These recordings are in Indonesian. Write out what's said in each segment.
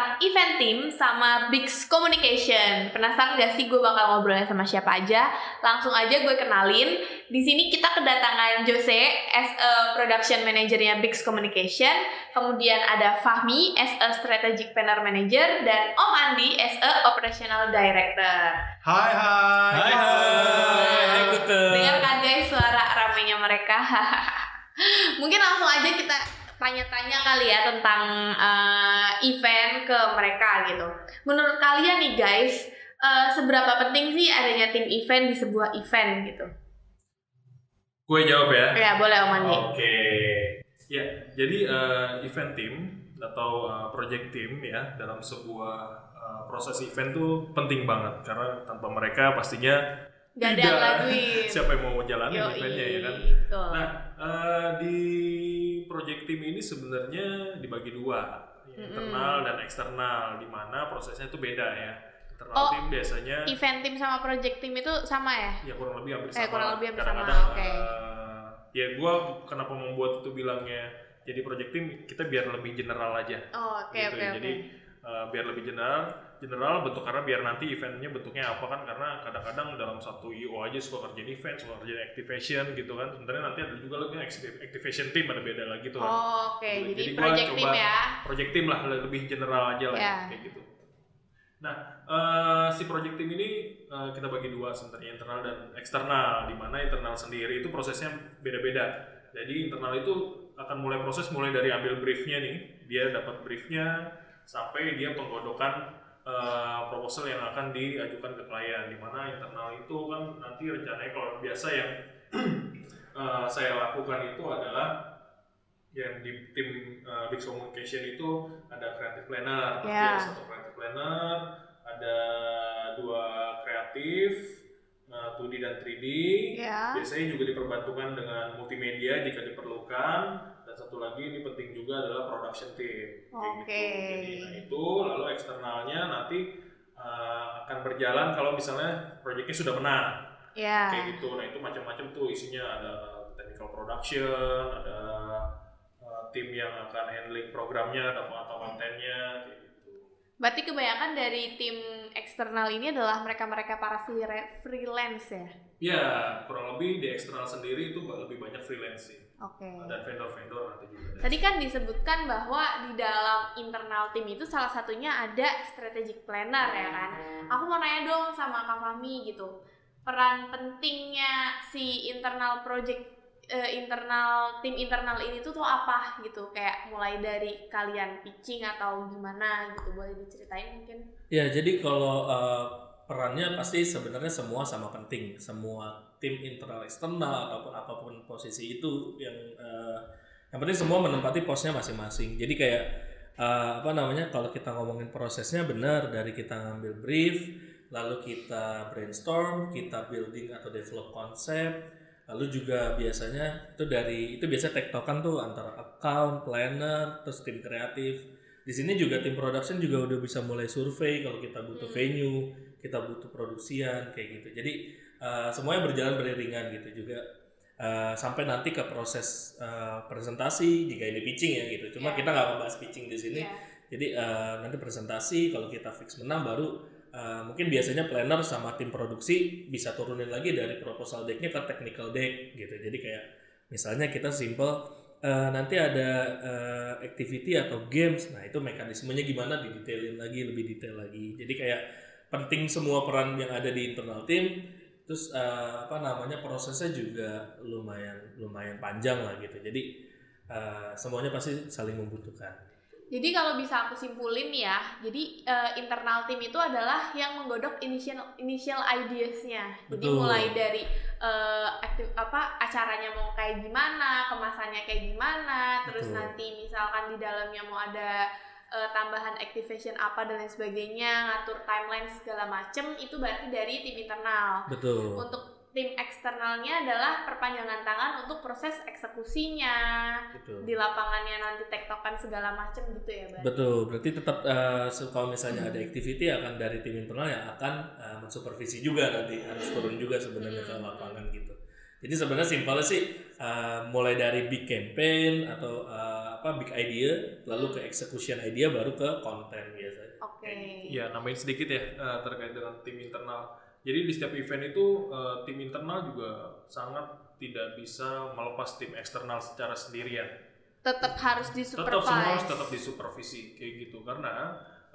tentang event team sama Bix Communication. Penasaran gak sih gue bakal ngobrolnya sama siapa aja? Langsung aja gue kenalin. Di sini kita kedatangan Jose as a production managernya Bix Communication. Kemudian ada Fahmi as a strategic planner manager dan Om Andi as a operational director. Hai. Hai Kutu. Dengar kan guys suara ramainya mereka. Mungkin langsung aja kita tanya-tanya kali ya tentang event ke mereka gitu. Menurut kalian nih guys, seberapa penting sih adanya tim event di sebuah event gitu? Gue jawab ya. Ya boleh Om Andi. Oke. Ya, jadi event team atau project team ya dalam sebuah proses event tuh penting banget karena tanpa mereka pastinya gak ada yang laguin. Siapa yang mau jalanin eventnya ya kan? Betul. Nah, di project team ini sebenarnya dibagi dua, internal dan eksternal, di mana prosesnya itu beda ya. Internal team biasanya event team sama project team itu sama ya? Ya kurang lebih hampir sama. Kadang-kadang ya gue kenapa membuat itu bilangnya jadi project team, kita biar lebih general aja. Jadi biar lebih general bentuk, karena biar nanti eventnya bentuknya apa kan, karena kadang-kadang dalam satu IO aja suka kerjain event, suka kerjain activation gitu kan. Sebenarnya nanti ada juga lagi activation team, ada beda lagi tuh kan. Jadi project team ya. Project team lah, lebih general aja lah kayak gitu. Nah, si project team ini kita bagi dua sebenarnya, internal dan eksternal, di mana internal sendiri itu prosesnya beda-beda. Jadi internal itu akan mulai dari ambil briefnya nih, dia dapat briefnya sampai dia penggodokan proposal yang akan diajukan ke klien. Di mana internal itu kan nanti rencananya kalau biasa yang saya lakukan itu adalah yang di tim Bix Communication itu ada creative planner, ada satu creative planner, ada 2 kreatif, 2D dan 3D. Biasanya juga diperbantukan dengan multimedia jika diperlukan, dan satu lagi ini penting juga adalah production team. Gitu. Jadi itu lalu eksternalnya nanti akan berjalan kalau misalnya proyeknya sudah menang. Kayak gitu. Nah itu macam-macam tuh isinya, ada technical production, ada tim yang akan handling programnya atau kontennya kayak gitu. Berarti kebanyakan dari tim eksternal ini adalah mereka-mereka para freelance ya? Ya, kurang lebih di eksternal sendiri itu lebih banyak freelance sih. Dan vendor-vendor nanti juga. Tadi kan disebutkan bahwa di dalam internal tim itu salah satunya ada strategic planner ya kan? Aku mau nanya dong sama Kak Fahmi gitu, peran pentingnya si internal project tim internal ini tuh apa gitu, kayak mulai dari kalian pitching atau gimana gitu, boleh diceritain mungkin? Ya, jadi kalau perannya pasti sebenarnya semua sama penting, semua tim internal eksternal ataupun apapun posisi itu yang penting semua menempati posnya masing-masing. Jadi kayak kalau kita ngomongin prosesnya benar, dari kita ngambil brief, lalu kita brainstorm, kita building atau develop konsep. Lalu juga biasanya itu biasa tektokan tuh antara account, planner, terus tim kreatif. Di sini juga tim production juga udah bisa mulai survei kalau kita butuh venue, kita butuh produksian kayak gitu. Jadi semuanya berjalan beriringan gitu juga sampai nanti ke proses presentasi jika ini pitching ya gitu. Cuma kita nggak membahas pitching di sini. Jadi nanti presentasi kalau kita fix menang baru mungkin biasanya planner sama tim produksi bisa turunin lagi dari proposal deck-nya ke technical deck gitu. Jadi kayak misalnya kita simple nanti ada activity atau games, nah itu mekanismenya gimana didetailin lagi, lebih detail lagi. Jadi kayak penting semua peran yang ada di internal tim. Terus prosesnya juga lumayan panjang lah gitu. Jadi semuanya pasti saling membutuhkan. Jadi kalau bisa aku simpulin ya, jadi internal tim itu adalah yang menggodok initial ideas-nya. Jadi mulai dari acaranya mau kayak gimana, kemasannya kayak gimana, terus nanti misalkan di dalamnya mau ada tambahan activation apa dan lain sebagainya, ngatur timeline segala macem, itu berarti dari tim internal. Untuk tim eksternalnya adalah perpanjangan tangan untuk proses eksekusinya. Di lapangannya nanti tektokan segala macam gitu ya, Bang? Berarti tetap kalau misalnya ada activity akan dari tim internal yang akan mensupervisi juga, nanti harus turun juga sebenarnya ke lapangan gitu. Jadi sebenarnya simpelnya sih mulai dari big campaign atau big idea, lalu ke execution idea, baru ke konten biasanya. Oke. Ya, nambahin sedikit ya terkait dengan tim internal. Jadi di setiap event itu tim internal juga sangat tidak bisa melepas tim eksternal secara sendirian. Tetap harus disupervise. Tetap semua harus tetap disupervisi kayak gitu, karena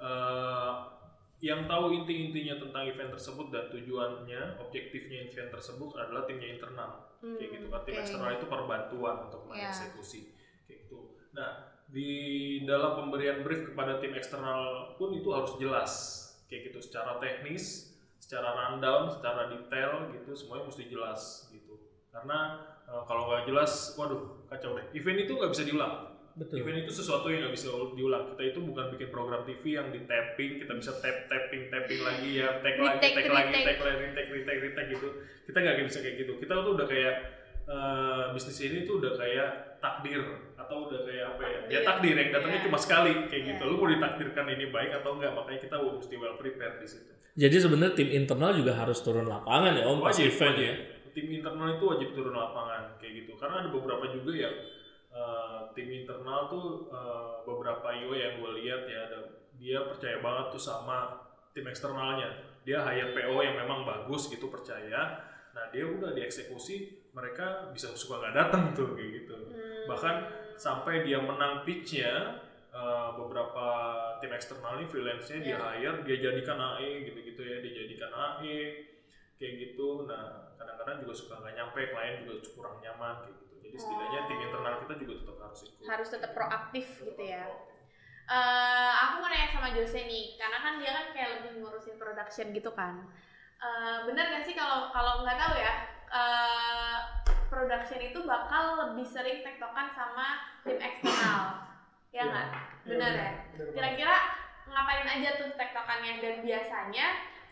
yang tahu inti-intinya tentang event tersebut dan tujuannya, objektifnya event tersebut adalah timnya internal. Kayak gitu kan. Tim eksternal itu perbantuan untuk mengeksekusi kayak gitu. Nah, di dalam pemberian brief kepada tim eksternal pun itu harus jelas kayak gitu, secara teknis, secara rundown, secara detail gitu, semuanya mesti jelas gitu. Karena kalau nggak jelas, waduh kacau deh. Event itu nggak bisa diulang. Betul. Event itu sesuatu yang nggak bisa diulang. Kita itu bukan bikin program TV yang di tapping, kita bisa tapping lagi ya, tag lagi, retake gitu. Kita nggak bisa kayak gitu. Kita tuh udah kayak bisnis ini tuh udah kayak takdir atau udah kayak apa ya? Ya takdir yang datangnya cuma sekali kayak gitu. Lu mau ditakdirkan ini baik atau enggak, makanya kita mesti well prepared di situ. Jadi sebenarnya tim internal juga harus turun lapangan ya Om, pas event ya. Tim internal itu wajib turun lapangan kayak gitu. Karena ada beberapa juga yang tim internal tuh beberapa IO yang gue lihat ya, dia percaya banget tuh sama tim eksternalnya. Dia hire PO yang memang bagus gitu, percaya. Nah dia udah dieksekusi, mereka bisa suka nggak datang tuh kayak gitu. Bahkan sampai dia menang pitch-nya, beberapa tim eksternal ini freelance-nya dia hire, dia jadikan AE gitu-gitu ya, dia jadikan AE kayak gitu. Nah kadang-kadang juga suka nggak nyampe, klien juga kurang nyaman kayak gitu. Jadi setidaknya tim internal kita juga tetap harus ikut. Harus tetap proaktif gitu ya. Aku mau nanya sama Jose nih, karena kan dia kan kayak lebih ngurusin production gitu kan. Bener gak sih kalau nggak tahu ya, production itu bakal lebih sering tektokan sama tim eksternal, ya nggak? Bener ya? Kira-kira ngapain aja tuh tektokannya, dan biasanya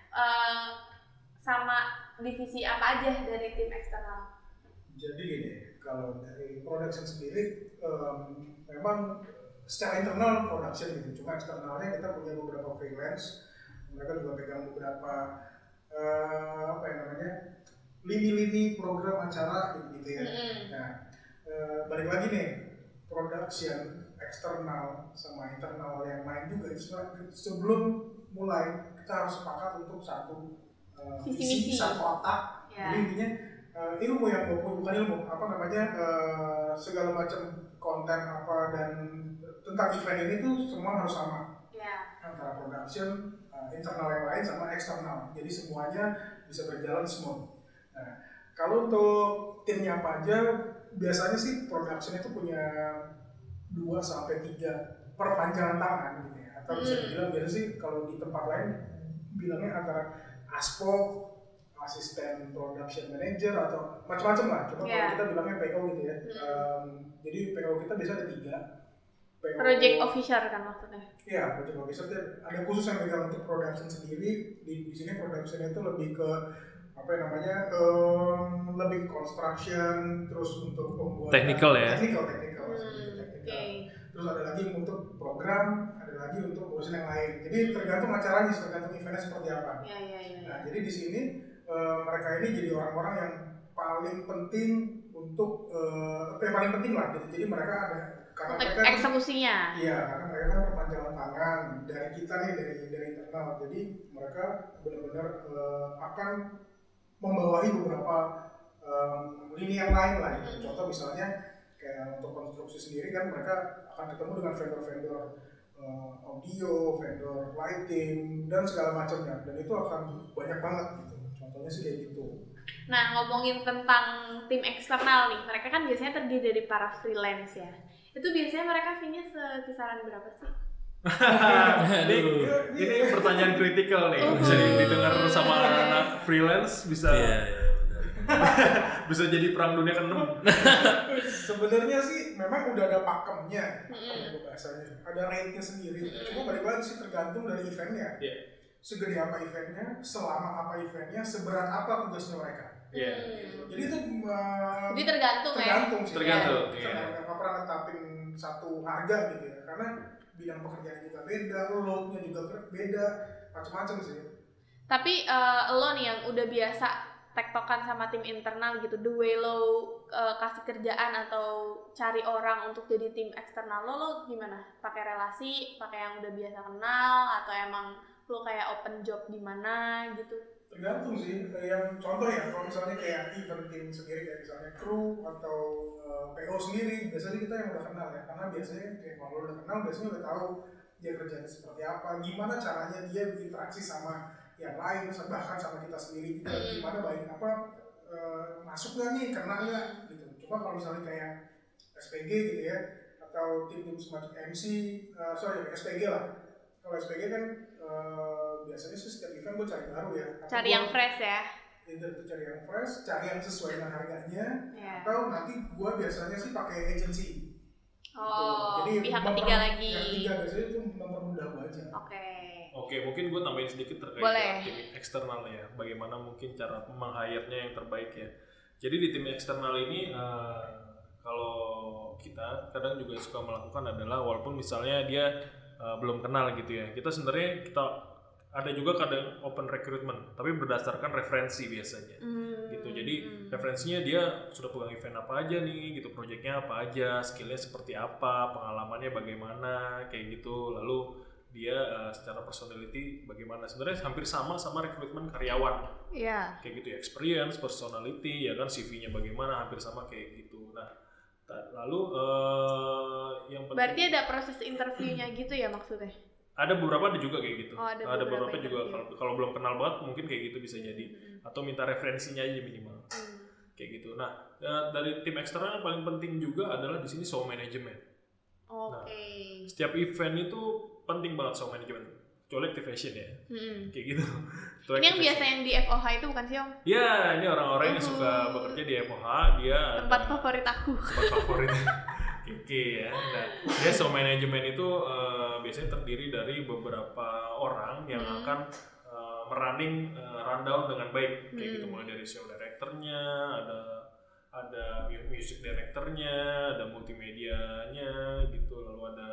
sama divisi apa aja dari tim eksternal? Jadi gini, kalau dari production sendiri memang secara internal production gitu, cuma eksternalnya kita punya beberapa freelance, mereka juga pegang beberapa apa ya namanya, lini-lini program acara gitu ya. Nah, balik lagi nih, production eksternal sama internal yang main juga itu sebelum mulai kita harus sepakat untuk satu visi, satu otak. Jadi intinya ilmu yang bukan ilmu, apa namanya, segala macam konten apa dan tentang event ini tuh semua harus sama. Antara production, internal yang lain sama eksternal. Jadi semuanya bisa berjalan smooth. Nah, kalau untuk timnya apa aja, biasanya sih production itu punya 2-3 perpanjangan tangan gitu ya. Atau bisa dibilang biasanya sih kalau di tempat lain bilangnya antara ASPO, asisten production manager atau macam-macam lah. Cuma kalau kita bilangnya PO gitu ya. Jadi PO kita biasanya ada 3. PO, project officer kan maksudnya? Iya, project officer ada khusus yang pegang untuk production sendiri. Di sini production itu lebih ke apa namanya, lebih construction, terus untuk pembuatan technical ya. Technical. Terus ada lagi untuk program, ada lagi untuk urusan yang lain. Jadi tergantung acaranya, tergantung eventnya seperti apa. Nah, jadi di sini mereka ini jadi orang-orang yang paling penting untuk yang paling penting lah gitu. Jadi mereka ada karena mereka eksekusinya. Iya, karena mereka kan perpanjangan tangan dari kita nih, dari internal. Jadi mereka benar-benar akan membawahi beberapa lini yang lain lah gitu. Contoh misalnya kayak untuk konstruksi sendiri kan mereka akan ketemu dengan vendor-vendor audio, vendor lighting dan segala macamnya, dan itu akan banyak banget gitu. Contohnya sih kayak gitu. Nah, ngomongin tentang tim eksternal nih, mereka kan biasanya terdiri dari para freelance ya. Itu biasanya mereka fee-nya sekisaran berapa sih? ini pertanyaan kritikal nih, bisa didengar sama anak freelance, bisa bisa jadi perang dunia ke-6. Sebenarnya sih memang udah ada pakemnya bahasanya, ada rate-nya sendiri. Cuma balik lagi sih tergantung dari eventnya. Segede apa eventnya, selama apa eventnya, seberat apa tugasnya mereka. Jadi itu tergantung sih. Tergantung. Nggak pernah netapin satu harga gitu ya, karena bidang pekerjaan juga beda, load-nya juga beda, macam-macam sih. Tapi lo nih yang udah biasa tektokan sama tim internal gitu, the way lo kasih kerjaan atau cari orang untuk jadi tim eksternal lo gimana? Pakai relasi, pakai yang udah biasa kenal, atau emang lo kayak open job di mana gitu? Tergantung sih, yang contoh ya, kalau misalnya kayak event tim sendiri, kayak misalnya kru atau PO sendiri, biasanya kita yang udah kenal ya, karena biasanya kayak kalau udah kenal, biasanya udah tahu dia kerjanya seperti apa, gimana caranya dia berinteraksi sama yang lain, bahkan sama kita sendiri juga, gimana baik apa masuk nggak nih, kena nggak gitu. Cuma kalau misalnya kayak SPG gitu ya, atau tim-tim semacam MC, SPG lah. Kalau SPG kan biasanya sih setiap event gue cari baru ya. Cari yang fresh ya. Either itu cari yang fresh, cari yang sesuai dengan harganya, atau nanti gue biasanya sih pakai agency. Oh, gitu. Jadi pihak ketiga lagi. Pihak ketiga biasanya itu mempermudah gue aja. Oke, mungkin gue tambahin sedikit terkait tim eksternal ya. Bagaimana mungkin cara meng-hire-nya yang terbaik ya. Jadi di tim eksternal ini kalau kita kadang juga suka melakukan adalah walaupun misalnya dia belum kenal gitu ya. Kita sebenarnya ada juga kadang open recruitment, tapi berdasarkan referensi biasanya. Gitu. Jadi referensinya dia sudah pegang event apa aja nih, gitu, proyeknya apa aja, skillnya seperti apa, pengalamannya bagaimana, kayak gitu. Lalu dia secara personality bagaimana, sebenarnya hampir sama rekrutmen karyawan, kayak gitu ya, experience, personality, ya kan, CV-nya bagaimana, hampir sama kayak gitu. Nah, lalu yang penting, berarti ada proses interviewnya gitu ya maksudnya? Ada beberapa juga kayak gitu. Ada beberapa juga kalau belum kenal banget mungkin kayak gitu bisa jadi, atau minta referensinya aja minimal, kayak gitu. Nah, dari tim eksternal yang paling penting juga adalah di sini show management. Nah, setiap event itu penting banget show management, kecuali activation ya, kayak gitu. Ini yang biasa yang di FOH itu bukan sih Om? Ya, ini orang-orang yang suka bekerja di FOH, dia tempat favorit aku. Tempat favorit Kiki ya. Nah, dia show management itu biasanya terdiri dari beberapa orang yang akan merunning rundown dengan baik, kayak gitu, mulai dari show directornya, ada music directornya, ada multimedianya gitu, lalu ada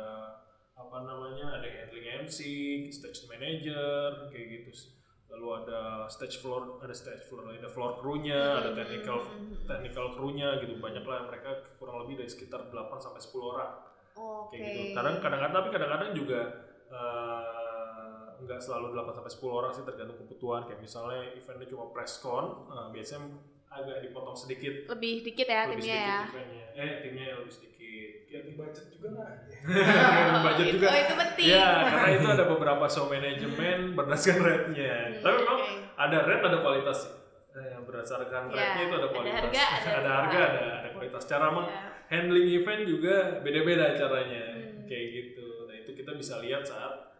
ada handling MC, stage manager, kayak gitu. Lalu ada floor crew-nya, ada technical crew-nya gitu. Banyak lah, mereka kurang lebih dari sekitar 8 sampai 10 orang. Kayak gitu. Kadang-kadang juga enggak selalu 8 sampai 10 orang sih, tergantung kebutuhan. Kayak misalnya eventnya cuma press con, biasanya agak dipotong sedikit. Lebih dikit ya timnya ya. Timnya lebih sedikit. Ya, budget juga lah. Budget juga. Itu penting. Ya, karena itu ada beberapa show management berdasarkan rate-nya. Tapi memang ada rate, ada kualitas. Berdasarkan rate-nya itu ada kualitas. Ada harga, ada kualitas. Cara handling event juga beda-beda caranya. Kayak gitu. Nah, itu kita bisa lihat saat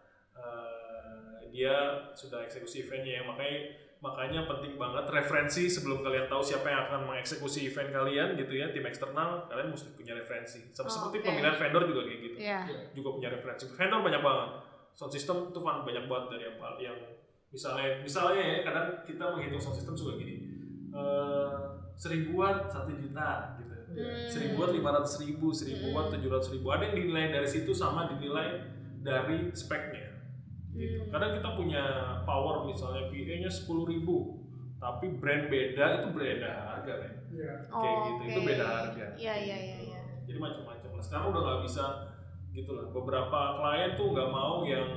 dia sudah eksekusi eventnya. Makanya penting banget referensi sebelum kalian tahu siapa yang akan mengeksekusi event kalian gitu ya, tim eksternal, kalian mesti punya referensi. Seperti pemilihan vendor juga kayak gitu. Juga punya referensi. Vendor banyak banget. Sound system itu banyak banget dari yang misalnya ya, kadang kita menghitung sound system juga gini. 1.000 watt 1 juta gitu. 1.000 watt 500.000, 1.000 watt 700.000. Ada yang dinilai dari situ sama dinilai dari speknya. Gitu. Kadang kita punya power misalnya PA-nya 10.000, tapi brand beda itu beda harga kan? Kayak gitu, itu beda harga. Iya. Jadi macam-macam lah. Sekarang udah nggak bisa gitulah. Beberapa klien tuh nggak mau yang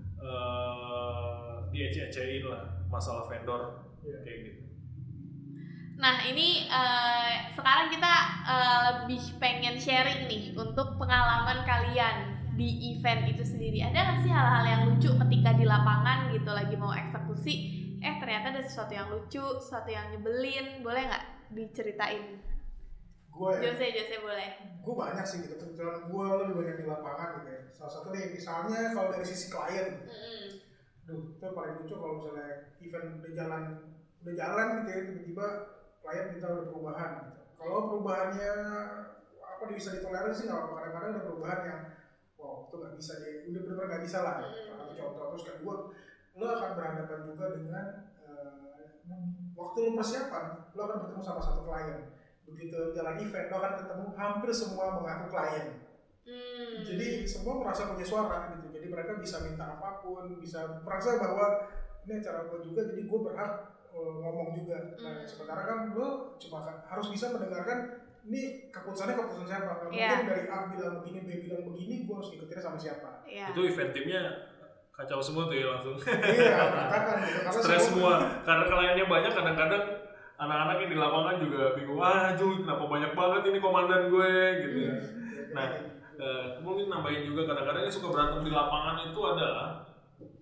diece-ecein lah masalah vendor kayak gitu. Nah ini sekarang kita lebih pengen sharing nih untuk pengalaman kalian di event itu sendiri. Ada nggak sih hal-hal yang lucu ketika di lapangan gitu lagi mau eksekusi, ternyata ada sesuatu yang lucu, sesuatu yang nyebelin, boleh nggak diceritain? Jose boleh. Gue banyak sih gitu, kebetulan gue lebih banyak di lapangan gitu ya. Salah satu nih misalnya kalau dari sisi klien, itu paling lucu kalau misalnya event udah jalan gitu ya, tiba-tiba klien minta udah perubahan gitu. Kalau perubahannya bisa ditolerir sih nggak apa-apa, kadang-kadang ada perubahan yang itu nggak bisa deh, udah benar nggak bisa lah. Atau contoh, terus kedua, lo akan berhadapan juga dengan waktu lo persiapan, lo akan bertemu sama satu klien. Begitu jalan event, lo akan ketemu hampir semua mengaku klien. Jadi semua merasa punya suara gitu. Jadi mereka bisa minta apapun, bisa merasa bahwa ini acara gue juga, jadi gue berhak ngomong juga. Nah, sementara kan lo cuma harus bisa mendengarkan ini keputusan siapa? Gak mungkin dari A bilang begini, B bilang begini, gue harus ngikutinnya sama siapa. Itu event timnya kacau semua tuh ya langsung. Iya, berantakan gitu. Stres semua. Karena kliennya banyak, kadang-kadang anak-anak yang di lapangan juga bingung, wah Jul, kenapa banyak banget ini komandan gue gitu. Nah, mungkin nambahin juga kadang-kadang yang suka berantem di lapangan itu adalah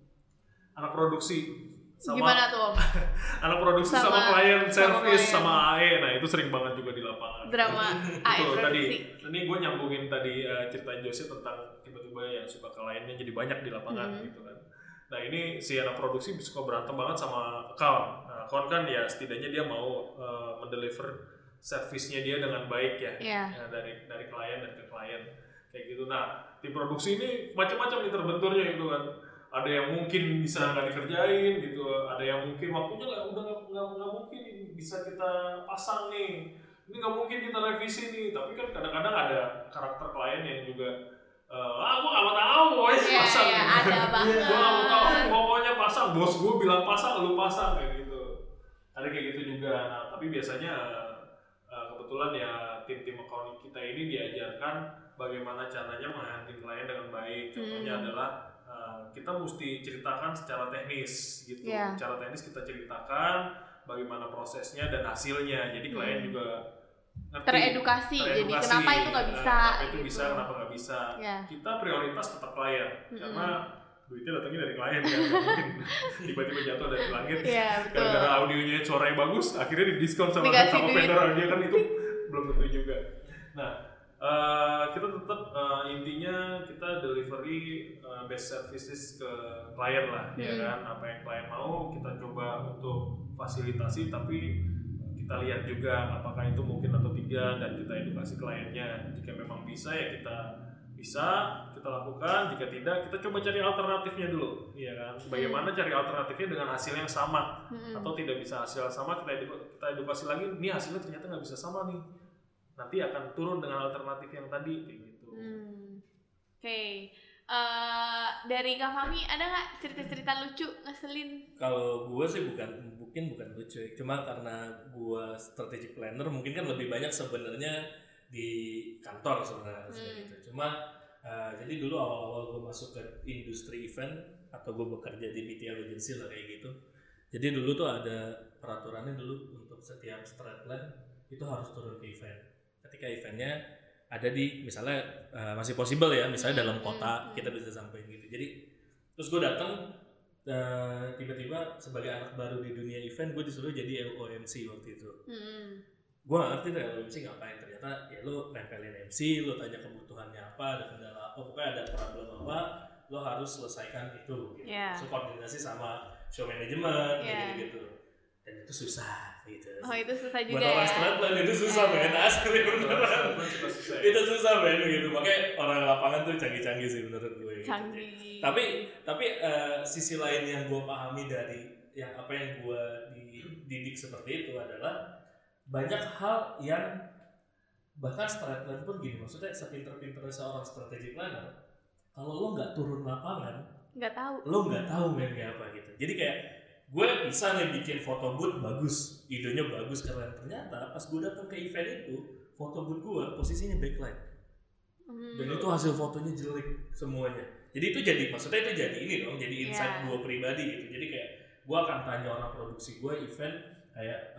anak produksi. Gimana tuh Om? Anak produksi sama klien service sama AE, nah itu sering banget juga di lapangan. Drama AE produksi. Ini gue nyambungin tadi cerita Jose tentang tiba-tiba yang suka kliennya jadi banyak di lapangan gitu kan. Nah ini si anak produksi suka berantem banget sama account. Nah account kan ya setidaknya dia mau mendeliver service-nya dia dengan baik ya, dari klien dan ke klien kayak gitu. Nah tim produksi ini macam-macam nih terbenturnya itu kan. Ada yang mungkin bisa nggak dikerjain gitu, ada yang mungkin waktunya udah nggak mungkin bisa kita pasang nih, ini nggak mungkin kita revisi nih. Tapi kan kadang-kadang ada karakter klien yang juga gue nggak mau tahu pokoknya pasang, ada banget. Gue nggak mau tahu pokoknya pasang, bos gue bilang pasang lu pasang kayak gitu. Ada kayak gitu juga. Nah tapi biasanya kebetulan ya tim account kita ini diajarkan bagaimana caranya menghandle klien dengan baik. Contohnya adalah kita mesti ceritakan secara teknis gitu. Secara teknis kita ceritakan bagaimana prosesnya dan hasilnya. Jadi klien juga ngerti, teredukasi. Jadi kenapa itu nggak bisa? Kenapa itu bisa, kenapa nggak bisa? Kita prioritas tetap klien karena duitnya datangnya dari klien kan, nggak mungkin tiba-tiba jatuh dari langit. Gara-gara audionya suaranya bagus, akhirnya didiskon sama vendor audio kan, itu belum tentu juga. Nah kita tetap intinya kita delivery best services ke klien lah, ya kan. Apa yang klien mau kita coba untuk fasilitasi, tapi kita lihat juga apakah itu mungkin atau tidak, dan kita edukasi kliennya. Jika memang bisa ya kita lakukan, jika tidak kita coba cari alternatifnya dulu, ya kan. Bagaimana cari alternatifnya dengan hasil yang sama, atau tidak bisa hasil yang sama, kita edukasi lagi, nih hasilnya ternyata nggak bisa sama nih, nanti akan turun dengan alternatif yang tadi kayak gitu. Oke. Dari Kak Fahmi ada nggak cerita-cerita lucu ngeselin? Kalau gue sih bukan lucu, cuma karena gue strategic planner mungkin kan lebih banyak sebenarnya di kantor sebenarnya gitu. Cuma jadi dulu awal-awal gue masuk ke industri event atau gue bekerja di BTL agency lah kayak gitu. Jadi dulu tuh ada peraturannya dulu untuk setiap strat plan itu harus turun ke event. Ketika eventnya ada di misalnya masih possible ya, misalnya dalam kota kita bisa sampai gitu. Jadi terus gue datang tiba-tiba sebagai anak baru di dunia event, gue disuruh jadi LOMC waktu itu. Gue gak ngerti tuh LOMC ngapain, ternyata ya lo nempelin MC, lo tanya kebutuhannya apa, ada kendala apa, pokoknya ada problem apa, lo harus selesaikan itu gitu. So koordinasi sama show management gitu. Dan itu susah gitu. Oh itu susah juga. Buat orang strat plan itu susah banget asli beneran. Itu susah banget gitu. Makanya orang lapangan tuh canggih-canggih sih menurut gue. Canggih. Gitu. Tapi sisi lain yang gue pahami dari yang apa yang gue dididik seperti itu adalah banyak hal yang bahkan strat plan pun gini, maksudnya sepinter-pinternya seorang strategic planner, kalau lo nggak turun lapangan, lo nggak tahu mainnya apa gitu. Jadi kayak gue bisa nih bikin foto booth bagus, idenya bagus, keren, ternyata pas gue datang ke event itu foto booth gue posisinya backlight dan itu hasil fotonya jelek semuanya. Jadi itu maksudnya itu jadi ini dong, jadi insight gue pribadi gitu. Jadi kayak gue akan tanya orang produksi gue event kayak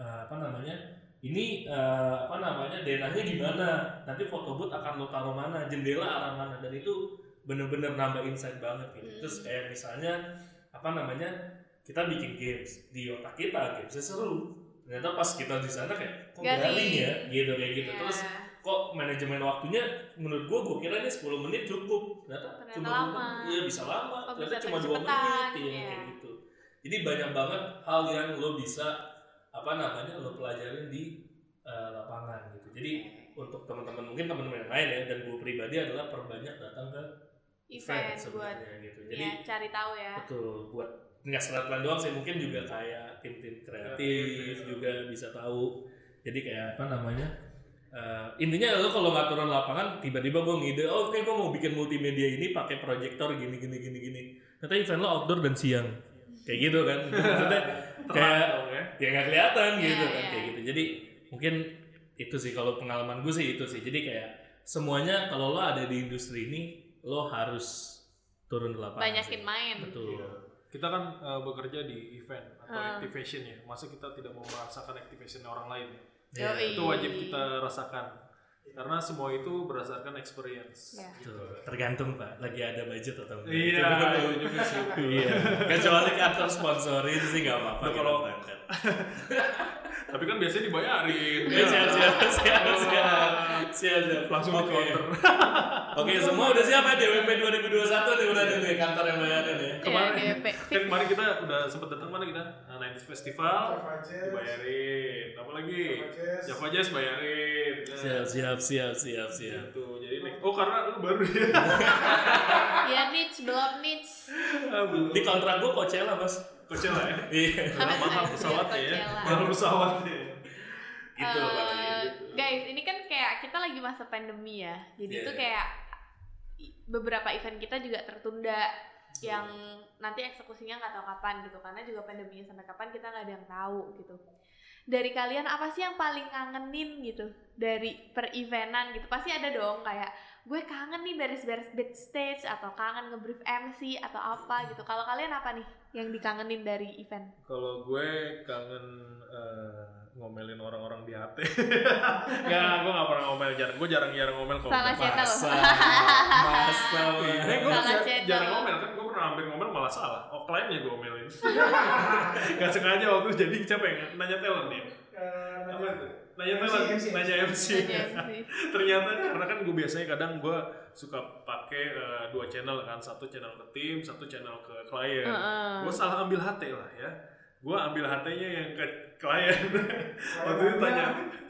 denahnya gimana, nanti foto booth akan lo taruh mana, jendela arah mana, dan itu bener-bener nambah insight banget gitu. Terus kayak misalnya kita bikin games di otak kita, gamesnya seru, ternyata pas kita di sana kayak kok garing ya gitu kayak gitu. Terus kok manajemen waktunya menurut gue kira ini 10 menit cukup, ternyata cuma lama. Iya bisa lama, ternyata cuma 2 menit kayak gitu. Jadi banyak banget hal yang lo bisa lo pelajarin di lapangan gitu. Jadi untuk teman-teman mungkin teman-teman yang lain ya, dan gue pribadi adalah perbanyak datang ke event sebenarnya gitu. Jadi cari tahu ya. Betul, buat nggak strat plan doang sih, mungkin juga kayak tim-tim kreatif juga bisa tahu. Jadi kayak intinya lo kalau nggak turun lapangan, tiba-tiba gue ngide, oke, gue mau bikin multimedia ini pakai proyektor gini. Ternyata event lo outdoor dan siang, kayak gitu kan. Maksudnya kayak ya nggak kelihatan gitu kan, kayak gitu. Jadi mungkin itu sih kalau pengalaman gue sih itu sih. Jadi kayak semuanya kalau lo ada di industri ini lo harus turun ke lapangan. Banyakin main. Betul. Iya. Kita kan bekerja di event atau activation ya. Masa kita tidak mau merasakan activation orang lain? Ya, itu wajib kita rasakan. Karena semua itu berdasarkan experience. Ya. Gitu. Tergantung Pak, lagi ada budget atau enggak. Iya, itu juga sih. Iya. Kecuali kantor sponsorin sih nggak apa-apa. Nah, kalau tapi kan biasanya dibayarin. Ya, siap. Langsung di counter. Oke, semua udah siap ya DWP 2021 nih udah nih kantor yang bayarin ya. Kemarin kita udah sempat datang mana kita? 90s Festival dibayarin. Apa lagi? Java Jazz bayarin. Siap. Gitu. Jadi karena lu baru ya. Ya belum niche. Di kontrak gua Coachella Mas. Coachella ya? Iya. Mahal pesawatnya ya. Mahal pesawatnya. Gitu Guys, ini kan kayak kita lagi masa pandemi ya. Jadi tuh kayak beberapa event kita juga tertunda yang nanti eksekusinya nggak tahu kapan gitu, karena juga pandeminya sampai kapan kita nggak ada yang tahu gitu. Dari kalian apa sih yang paling ngangenin gitu dari per eventan gitu? Pasti ada dong kayak gue kangen nih beres-beres backstage atau kangen nge-brief MC atau apa gitu. Kalau kalian apa nih yang dikangenin dari event? Kalau gue kangen ngomelin orang-orang di HT. Nggak, gue nggak pernah ngomel, gue jarang ngomel kalau salah channel. Masa gue jarang ngomel kan, gue pernah hampir ngomel malah salah. Kliennya gue omelin. Gak sengaja waktu jadi siapa yang nanya talent ya? Apa itu? Nanya MC. Ternyata karena kan gue biasanya kadang gue suka pakai 2 channel kan, satu channel ke tim, satu channel ke klien. Gue salah ambil HT lah ya. Gue ambil HT-nya yang ke klien. Waktu itu tanya.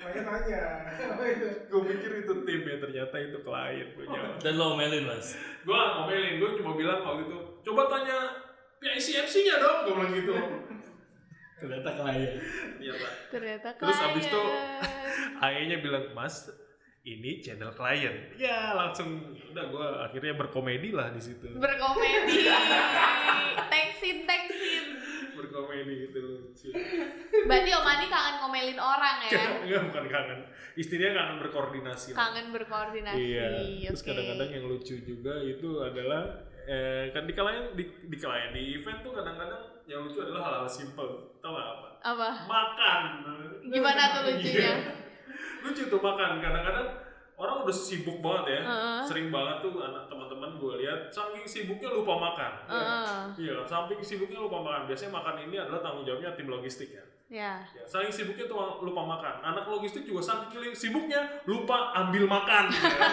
Gue pikir itu tim ya, ternyata itu klien. Dan lo omelin Mas? Gue ngomelin, gue cuma bilang waktu itu, coba tanya PIC MC-nya dong, gue bilang gitu. Ternyata klien. Ternyata klien. Terus abis itu AE-nya bilang, Mas, ini channel klien. Ya langsung, udah gue akhirnya berkomedi lah di situ. Berkomedi. Teksin. Berkomedi itu lucu. Berarti Om Adi kangen ngomelin orang ya? Enggak, bukan kangen. Istilahnya kangen berkoordinasi. Kangen berkoordinasi. Iya. Terus kadang-kadang yang lucu juga itu adalah kan di event tuh kadang-kadang yang lucu adalah hal-hal simple. Tahu nggak apa? Apa? Makan. Gimana tuh lucunya? Lucu tuh makan. Kadang-kadang orang udah sibuk banget ya. Sering banget tuh teman-teman gue lihat saking sibuknya lupa makan. Iya, saking sibuknya lupa makan. Biasanya makan ini adalah tanggung jawabnya tim logistik ya. Ya, saking sibuknya tuh lupa makan. Anak logistik juga saking sibuknya lupa ambil makan.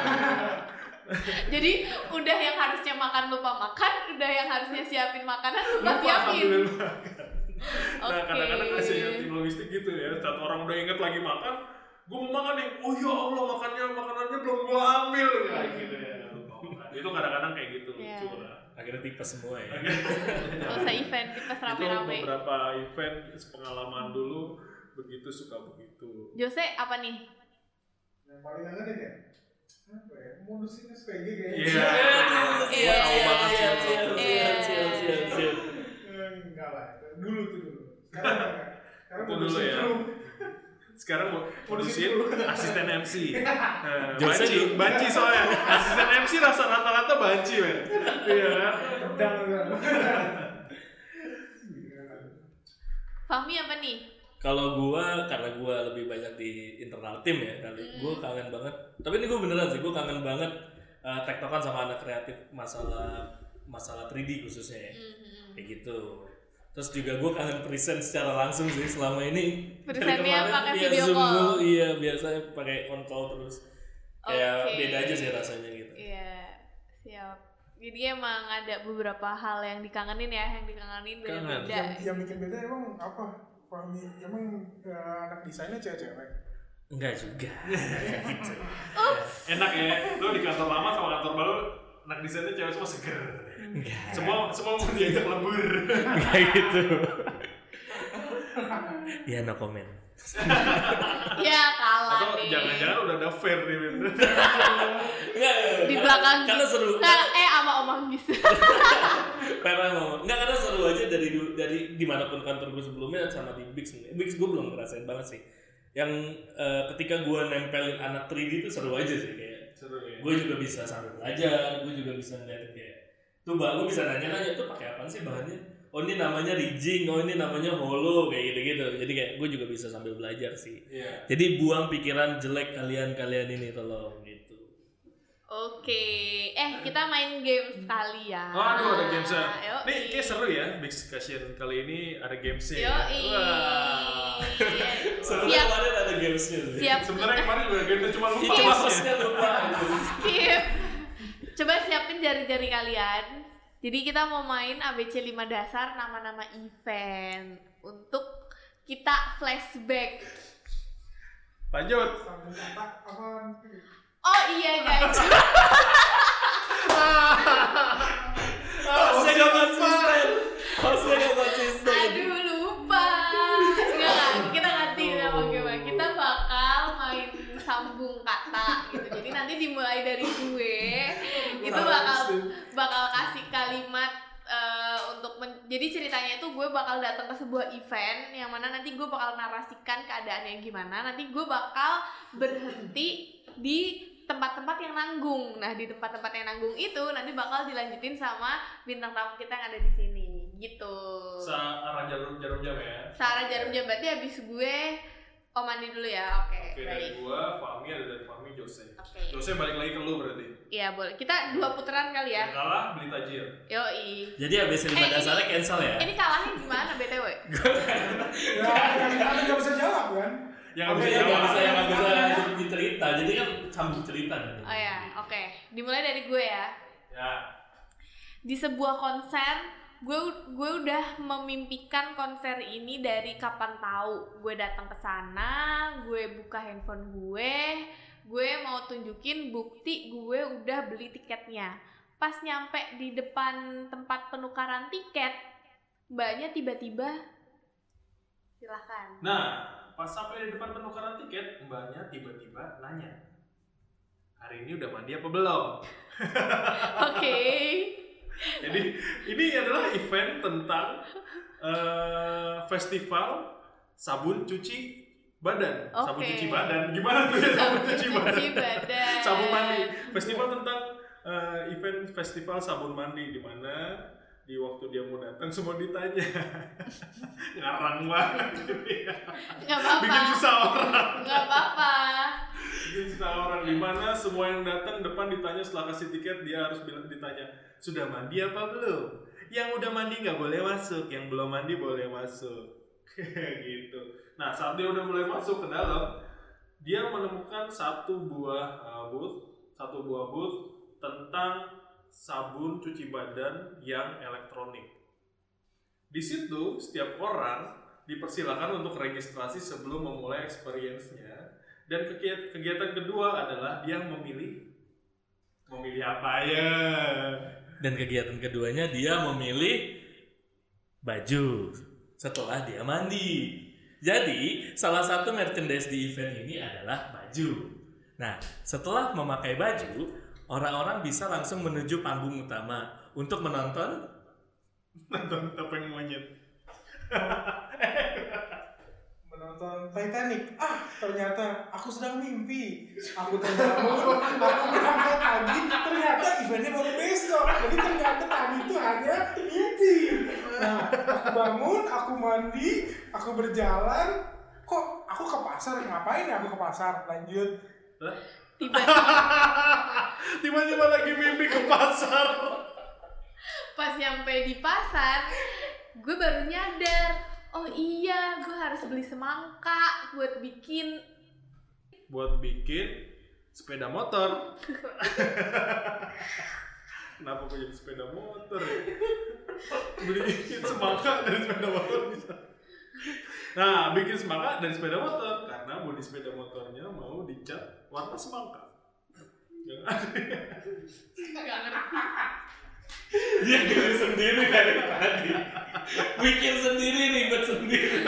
Jadi udah yang harusnya makan lupa makan, udah yang harusnya siapin makanan lupa siapin. Nah, kadang-kadang kasihan tim logistik gitu ya. Saat orang udah inget lagi makan, gue mau makan nih, oh ya Allah makanannya belum gue ambil kayak gitu ya. Itu kadang-kadang kayak gitu lucu lah. Akhirnya tipes semua ya. Gak usah event, tipes rame-rame. Itu beberapa event pengalaman dulu begitu suka begitu. Jose apa nih? Yang paling ngangenin ya? Apa ya? Modusin SPG kayaknya. Iya. Tahu banget sih. Enggak lah, dulu. Sekarang enggak. Itu dulu ya. Sekarang modusin asisten MC. Banci soalnya. Asisten MC rata-rata banci, men. Iya kan? Fahmi apa nih? Kalau karena gua lebih banyak di internal tim ya kali, gua kangen banget. Tapi ini gua beneran sih, gua kangen banget tektokan sama anak kreatif masalah 3D khususnya ya. Kayak gitu. Terus juga gue kangen present secara langsung sih selama ini. Presentnya pakai video Zoom call. Dulu, iya biasanya pakai on call terus. Kayak beda aja sih rasanya gitu. Iya, siap. Jadi emang ada beberapa hal yang dikangenin ya, yang dikangenin beda-beda. Yang bikin beda emang apa? Fahmi, emang anak desainnya cewek-cewek? Enggak juga. Gitu. Enak ya, lu di kantor lama sama kantor baru anak desainnya cewek semua seger. Enggak. Semua mau diajak lembur. Enggak gitu. Ya no comment. Ya kalah atau nih. Jangan-jangan udah ada fair nih. Di belakang karena seru. sama Om Anggis. Enggak, karena seru aja dari dimanapun kantor gue sebelumnya sama di Bix gue belum ngerasain banget sih yang ketika gue nempelin anak 3D itu seru aja sih, kayak seru ya. Gue juga bisa sambil belajar, gue juga bisa ngeliatin kayak tuh gue bisa nanya tuh pakai apa sih bahannya, oh ini namanya rigging, oh ini namanya holo, kayak gitu-gitu. Jadi kayak gue juga bisa sambil belajar sih. Jadi buang pikiran jelek kalian ini, tolong gitu. Oke, kita main game sekali ya. Aduh, ada gamesnya. Nih kayak seru ya, Big Discussion kali ini ada gamesnya. Wah. Sebenarnya kemarin ada gamesnya. Siap. Sebenarnya kemarin juga gamesnya cuma lupa. lupa. Skip. Coba siapin jari-jari kalian. Jadi kita mau main ABC 5 dasar nama-nama event untuk kita flashback. Lanjut. Oh iya guys. Hostnya gak konsisten. Aduh lupa. Enggak, kita ganti nama game. Kita bakal main sambung kata gitu. Jadi nanti dimulai dari gue. Itu bakal kasih kalimat jadi ceritanya itu gue bakal datang ke sebuah event yang mana nanti gue bakal narasikan keadaannya gimana. Nanti gue bakal berhenti di tempat-tempat yang nanggung. Nah, di tempat-tempat yang nanggung itu nanti bakal dilanjutin sama bintang tamu kita yang ada di sini. Gitu. Searah jarum jam ya. Searah jarum jam, berarti habis gue mandi dulu ya. Oke, baik. Dari gua, Fahmi, ada dari Fahmi, Jose. Oke. Jose balik lagi ke lu berarti. Iya, boleh. Kita 2 putaran kali ya. Yang kalah beli tajir. Yoi. Jadi ABC 5 dasarnya cancel ya? Ini kalahnya gimana BTW? Ya, yang nggak bisa jawab kan? Yang nggak bisa cerita, jadi kan sambung cerita. Oh ya, oke. Dimulai dari gue ya. Ya. Di sebuah konser, gue udah memimpikan konser ini dari kapan tahu. Gue datang ke sana, gue buka handphone gue mau tunjukin bukti gue udah beli tiketnya. Pas nyampe di depan tempat penukaran tiket, mbaknya tiba-tiba silahkan. Nah, pas sampai di depan penukaran tiket, mbaknya tiba-tiba nanya, hari ini udah mandi apa belum? Oke. Jadi ini adalah event tentang festival sabun cuci badan. Okay. Sabun cuci badan, gimana tuh ya sabun cuci badan? Sabun mandi. Festival tentang event festival sabun mandi, di mana di waktu dia mau datang semua ditanya. Ngarang banget ini. Nggak apa-apa. Bikin susah orang. Nggak apa-apa. Bikin susah orang, di mana semua yang datang depan ditanya setelah kasih tiket, dia harus ditanya, sudah mandi apa belum? Yang udah mandi nggak boleh masuk, yang belum mandi boleh masuk. Gitu. Nah, saat dia udah mulai masuk ke dalam, dia menemukan satu buah booth tentang sabun cuci badan yang elektronik. Di situ setiap orang dipersilakan untuk registrasi sebelum memulai experience-nya. Dan kegiatan kedua adalah dia memilih apa ya? Dan kegiatan keduanya dia memilih baju setelah dia mandi. Jadi salah satu merchandise di event ini adalah baju. Nah, setelah memakai baju, orang-orang bisa langsung menuju panggung utama untuk menonton topeng monyet. Menonton Titanic. Ternyata aku sedang mimpi. Aku terbangun, aku berangkat pagi, ternyata eventnya baru besok. Jadi ternyata tadi itu hanya mimpi. Nah, aku bangun, aku mandi, aku berjalan. Kok aku ke pasar? Ngapain ya aku ke pasar? Lanjut. Tiba-tiba lagi mimpi ke pasar. Pas nyampe di pasar, gue baru nyadar. Oh iya, gue harus beli semangka buat bikin sepeda motor. Kenapa gue jadi sepeda motor ya? Beli semangka dari sepeda motor bisa. Nah, bikin semangka dari sepeda motor karena bodi sepeda motornya mau dicat warna semangka. nggak ngerti. Dia gini sendiri dari tadi. Bikin sendiri, ribet sendiri.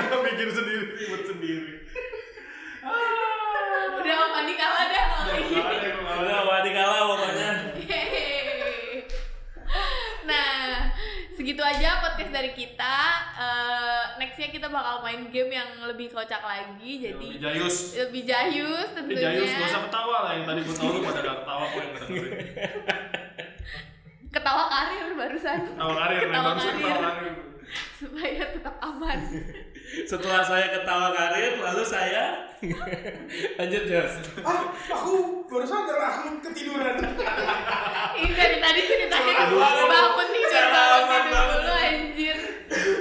Udah mau mandi kalah dah kalau ini. Udah mandi kalah pokoknya. Nah, segitu aja podcast dari kita. Nextnya kita bakal main game yang lebih kocak lagi, jadi lebih jayus tentunya. Jayus, gak usah ketawa lah, yang tadi gue tau lu pada gak ketawa kok yang kedengerin. Ketawa karir barusan. Ketawa karir. Supaya tetap aman. Setelah saya ketawa karir, lalu saya lanjut Jos. Aku baru sadar aku ketiduran. Ini dari tadi ceritanya bangun tidur dulu anjir.